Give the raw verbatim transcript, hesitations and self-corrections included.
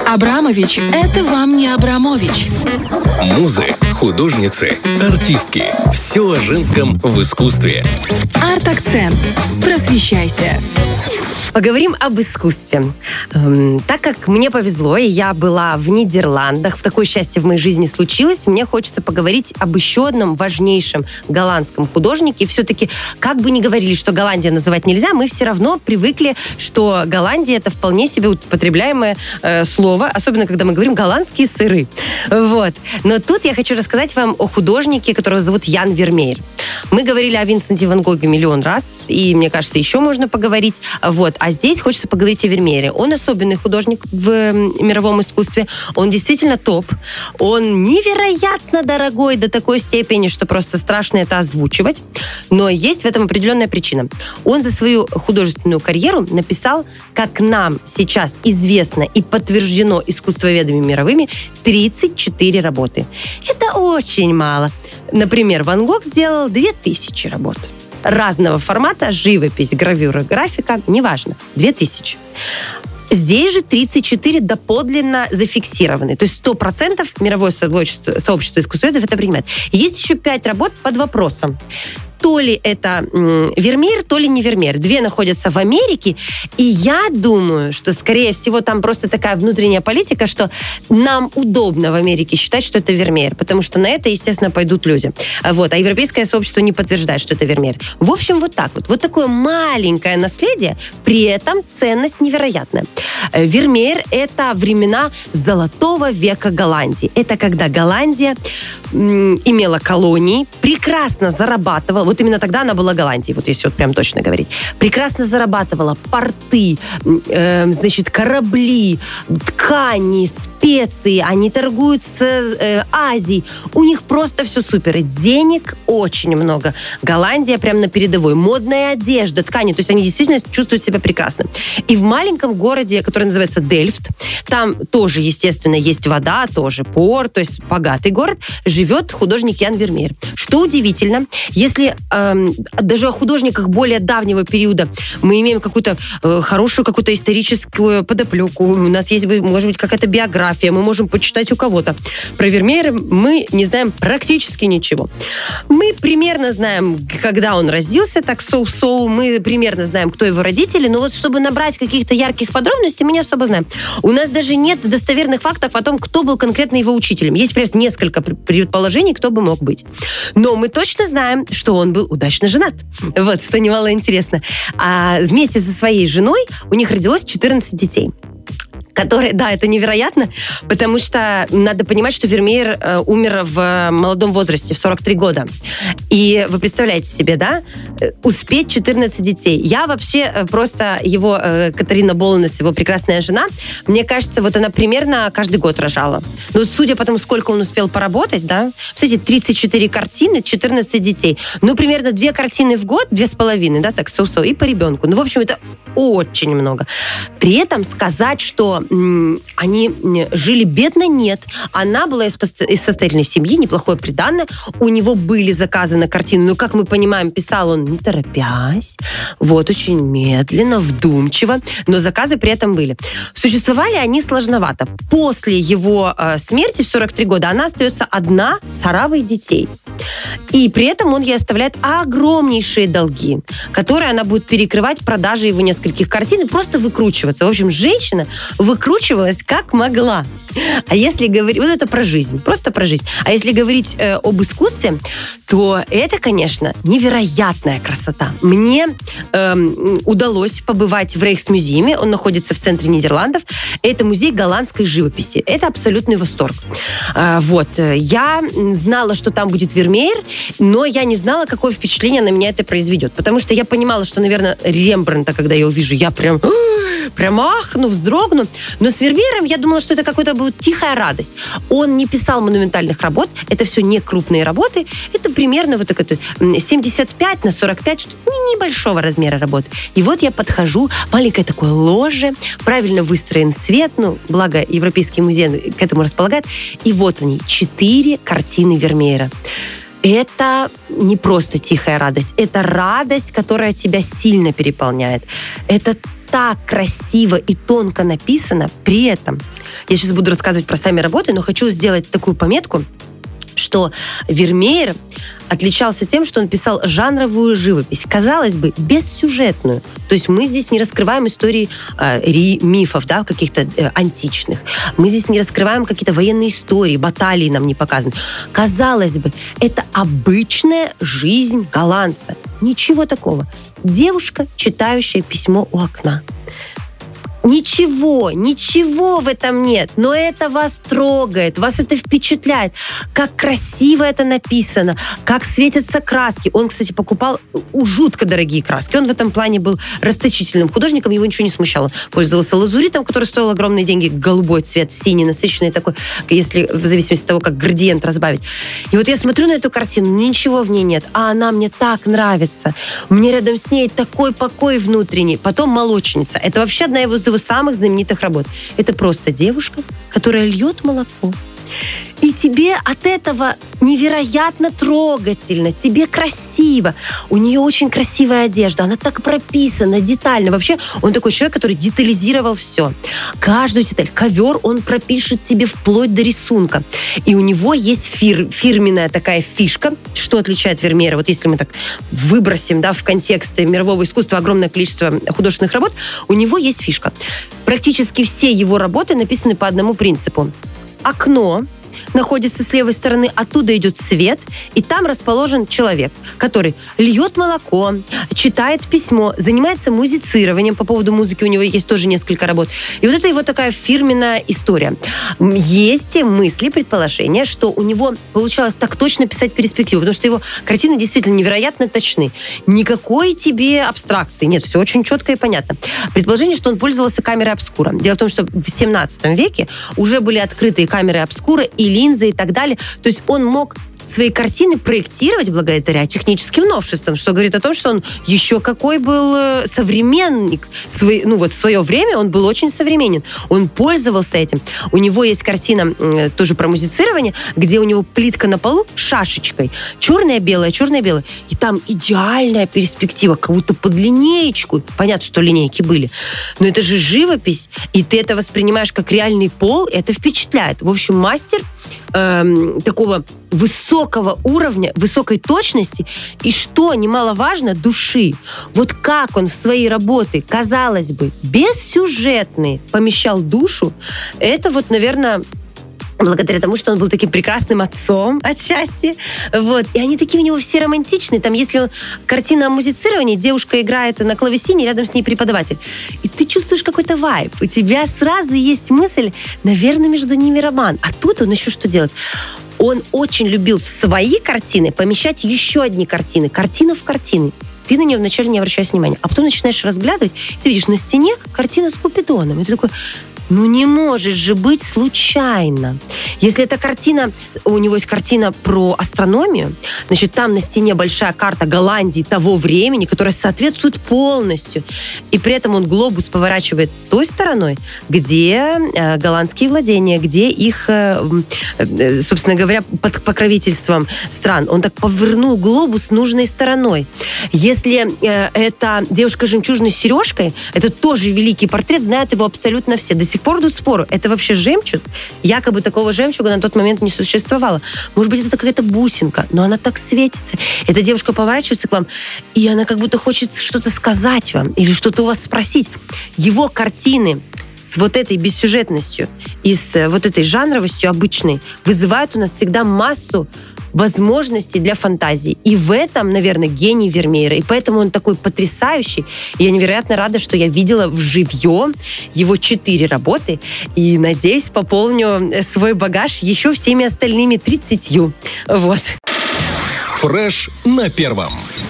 Абрамович – это вам не Абрамович. Музы, художницы, артистки. Все о женском в искусстве. Арт-акцент. Просвещайся. Поговорим об искусстве. Эм, так как мне повезло, и я была в Нидерландах, в такое счастье в моей жизни случилось, мне хочется поговорить об еще одном важнейшем голландском художнике. Все-таки, как бы ни говорили, что Голландия называть нельзя, мы все равно привыкли, что Голландия — это вполне себе употребляемое э, слово, особенно когда мы говорим «голландские сыры». Вот. Но тут я хочу рассказать вам о художнике, которого зовут Ян Вермеер. Мы говорили о Винсенте Ван Гоге миллион раз, и, мне кажется, еще можно поговорить. Вот. А здесь хочется поговорить о Вермеере. Он особенный художник в мировом искусстве. Он действительно топ. Он невероятно дорогой до такой степени, что просто страшно это озвучивать. Но есть в этом определенная причина. Он за свою художественную карьеру написал, как нам сейчас известно и подтверждено искусствоведами мировыми, тридцать четыре работы. Это очень мало. Например, Ван Гог сделал две тысячи работ. Разного формата, живопись, гравюра, графика, неважно, две тысячи. Здесь же тридцать четыре доподлинно зафиксированы. То есть сто процентов мировое сообщество, сообщество искусствоведов это принимает. Есть еще пять работ под вопросом. То ли это м, Вермеер, то ли не Вермеер. Две находятся в Америке, и я думаю, что, скорее всего, там просто такая внутренняя политика, что нам удобно в Америке считать, что это Вермеер, потому что на это, естественно, пойдут люди. Вот. А европейское сообщество не подтверждает, что это Вермеер. В общем, вот так вот. Вот такое маленькое наследие, при этом ценность невероятная. Вермеер — это времена золотого века Голландии. Это когда Голландия м, имела колонии, прекрасно зарабатывала. Вот именно тогда она была Голландией, вот если вот прям точно говорить. Прекрасно зарабатывала порты, э, значит, корабли, ткани, специи. Они торгуют с э, Азией. У них просто все супер. И денег очень много. Голландия прям на передовой. Модная одежда, ткани. То есть они действительно чувствуют себя прекрасно. И в маленьком городе, который называется Дельфт, там тоже, естественно, есть вода, тоже порт, то есть богатый город, живет художник Ян Вермеер. Что удивительно, если эм, даже о художниках более давнего периода мы имеем какую-то э, хорошую какую-то историческую подоплеку, у нас есть, может быть, какая-то биография, мы можем почитать у кого-то. Про Вермеера мы не знаем практически ничего. Мы примерно знаем, когда он родился, так соу-соу, мы примерно знаем, кто его родители, но вот чтобы набрать каких-то ярких подробностей, мы не особо знаем. У нас даже нет достоверных фактов о том, кто был конкретно его учителем. Есть прям несколько предположений, кто бы мог быть. Но мы точно знаем, что он был удачно женат. Вот, что немало интересно. А вместе со своей женой у них родилось четырнадцать детей. Которые, да, это невероятно, потому что надо понимать, что Вермеер э, умер в молодом возрасте, в сорок три года. И вы представляете себе, да, успеть четырнадцать детей. Я вообще э, просто его, э, Катарина Болонес, его прекрасная жена, мне кажется, вот она примерно каждый год рожала. Но судя по тому, сколько он успел поработать, да, кстати, тридцать четыре картины, четырнадцать детей. Ну, примерно две картины в год, две с половиной, да, так, со-со, и по ребенку. Ну, в общем, это очень много. При этом сказать, что они жили бедно, нет. Она была из, из состоятельной семьи, неплохое приданное. У него были заказы на картины. Но, как мы понимаем, писал он не торопясь, вот, очень медленно, вдумчиво. Но заказы при этом были. Существовали они сложновато. После его э, смерти в сорок три года она остается одна с оравой детей. И при этом он ей оставляет огромнейшие долги, которые она будет перекрывать продажей его нескольких картин и просто выкручиваться. В общем, женщина выкручивалась как могла. А если говорить... Вот это про жизнь. Просто про жизнь. А если говорить э, об искусстве, то это, конечно, невероятная красота. Мне э, удалось побывать в Рейхсмюзеуме. Он находится в центре Нидерландов. Это музей голландской живописи. Это абсолютный восторг. Э, вот. Я знала, что там будет Вермеер, но я не знала, какое впечатление на меня это произведет. Потому что я понимала, что, наверное, Рембрандта, когда я увижу, я прям... Прям ахну, вздрогну. Но с Вермеером я думала, что это какая-то будет тихая радость. Он не писал монументальных работ. Это все не крупные работы. Это примерно вот так это семьдесят пять на сорок пять, что-то небольшого размера работы. И вот я подхожу, маленькое такое ложе, правильно выстроен свет, ну, благо Европейский музей к этому располагает. И вот они, четыре картины Вермеера. это не просто тихая радость, это радость, которая тебя сильно переполняет. Это так красиво и тонко написано. При этом, я сейчас буду рассказывать про сами работы, но хочу сделать такую пометку, что Вермеер отличался тем, что он писал жанровую живопись. Казалось бы, бессюжетную. То есть мы здесь не раскрываем истории э, ри, мифов, да, каких-то э, античных. Мы здесь не раскрываем какие-то военные истории, баталии нам не показаны. Казалось бы, это обычная жизнь голландца. Ничего такого. Девушка, читающая письмо у окна. Ничего, ничего в этом нет, но это вас трогает, вас это впечатляет, как красиво это написано, как светятся краски. Он, кстати, покупал жутко дорогие краски. Он в этом плане был расточительным художником, его ничего не смущало. Пользовался лазуритом, который стоил огромные деньги, голубой цвет, синий, насыщенный такой, если в зависимости от того, как градиент разбавить. И вот я смотрю на эту картину, ничего в ней нет, а она мне так нравится. Мне рядом с ней такой покой внутренний. Потом «Молочница». Это вообще одна из его самых знаменитых работ. Это просто девушка, которая льет молоко. И тебе от этого невероятно трогательно, тебе красиво. У нее очень красивая одежда, она так прописана детально. Вообще, он такой человек, который детализировал все. Каждую деталь. Ковер он пропишет тебе вплоть до рисунка. И у него есть фир, фирменная такая фишка, что отличает Вермеера. Вот если мы так выбросим, да, в контекст мирового искусства огромное количество художественных работ, у него есть фишка. Практически все его работы написаны по одному принципу. Окно находится с левой стороны, оттуда идет свет, и там расположен человек, который льет молоко, читает письмо, занимается музицированием. По поводу музыки у него есть тоже несколько работ. И вот это его такая фирменная история. Есть мысли, предположения, что у него получалось так точно писать перспективу, потому что его картины действительно невероятно точны. Никакой тебе абстракции. Нет, все очень четко и понятно. Предположение, что он пользовался камерой обскура. Дело в том, что в семнадцатом веке уже были открыты камеры обскура и линзы и так далее. То есть он мог свои картины проектировать благодаря техническим новшествам, что говорит о том, что он еще какой был современник. Свой, ну вот в свое время он был очень современен. Он пользовался этим. У него есть картина тоже про музицирование, где у него плитка на полу шашечкой. Черная-белая, черная-белая. И там идеальная перспектива, как будто под линеечку. Понятно, что линейки были. Но это же живопись, и ты это воспринимаешь как реальный пол, и это впечатляет. В общем, мастер эм, такого высокого уровня, высокой точности и, что немаловажно, души. Вот как он в свои работы, казалось бы, бессюжетные, помещал душу, это вот, наверное, благодаря тому, что он был таким прекрасным отцом отчасти. Вот. И они такие у него все романтичные. Там, если он, картина о музицировании, девушка играет на клавесине, рядом с ней преподаватель. И ты чувствуешь какой-то вайб. У тебя сразу есть мысль, наверное, между ними роман. А тут он еще что делает? Он очень любил в свои картины помещать еще одни картины. Картина в картины. Ты на нее вначале не обращаешь внимания. А потом начинаешь разглядывать, и ты видишь на стене картина с Купидоном. И ты такой... Ну, не может же быть случайно. Если эта картина, у него есть картина про астрономию, значит, там на стене большая карта Голландии того времени, которая соответствует полностью. И при этом он глобус поворачивает той стороной, где э, голландские владения, где их, э, э, собственно говоря, под покровительством стран. Он так повернул глобус нужной стороной. Если э, это девушка с жемчужной сережкой, это тоже великий портрет, знают его абсолютно все. До сих пор идут споры. Это вообще жемчуг? Якобы такого жемчуга на тот момент не существовало. Может быть, это какая-то бусинка, но она так светится. Эта девушка поворачивается к вам, и она как будто хочет что-то сказать вам или что-то у вас спросить. Его картины с вот этой бессюжетностью и с вот этой жанровостью обычной вызывают у нас всегда массу возможностей для фантазии. И в этом, наверное, гений Вермеера. И поэтому он такой потрясающий. И я невероятно рада, что я видела вживье его четыре работы. И, надеюсь, пополню свой багаж еще всеми остальными тридцатью. Вот. Фреш на первом.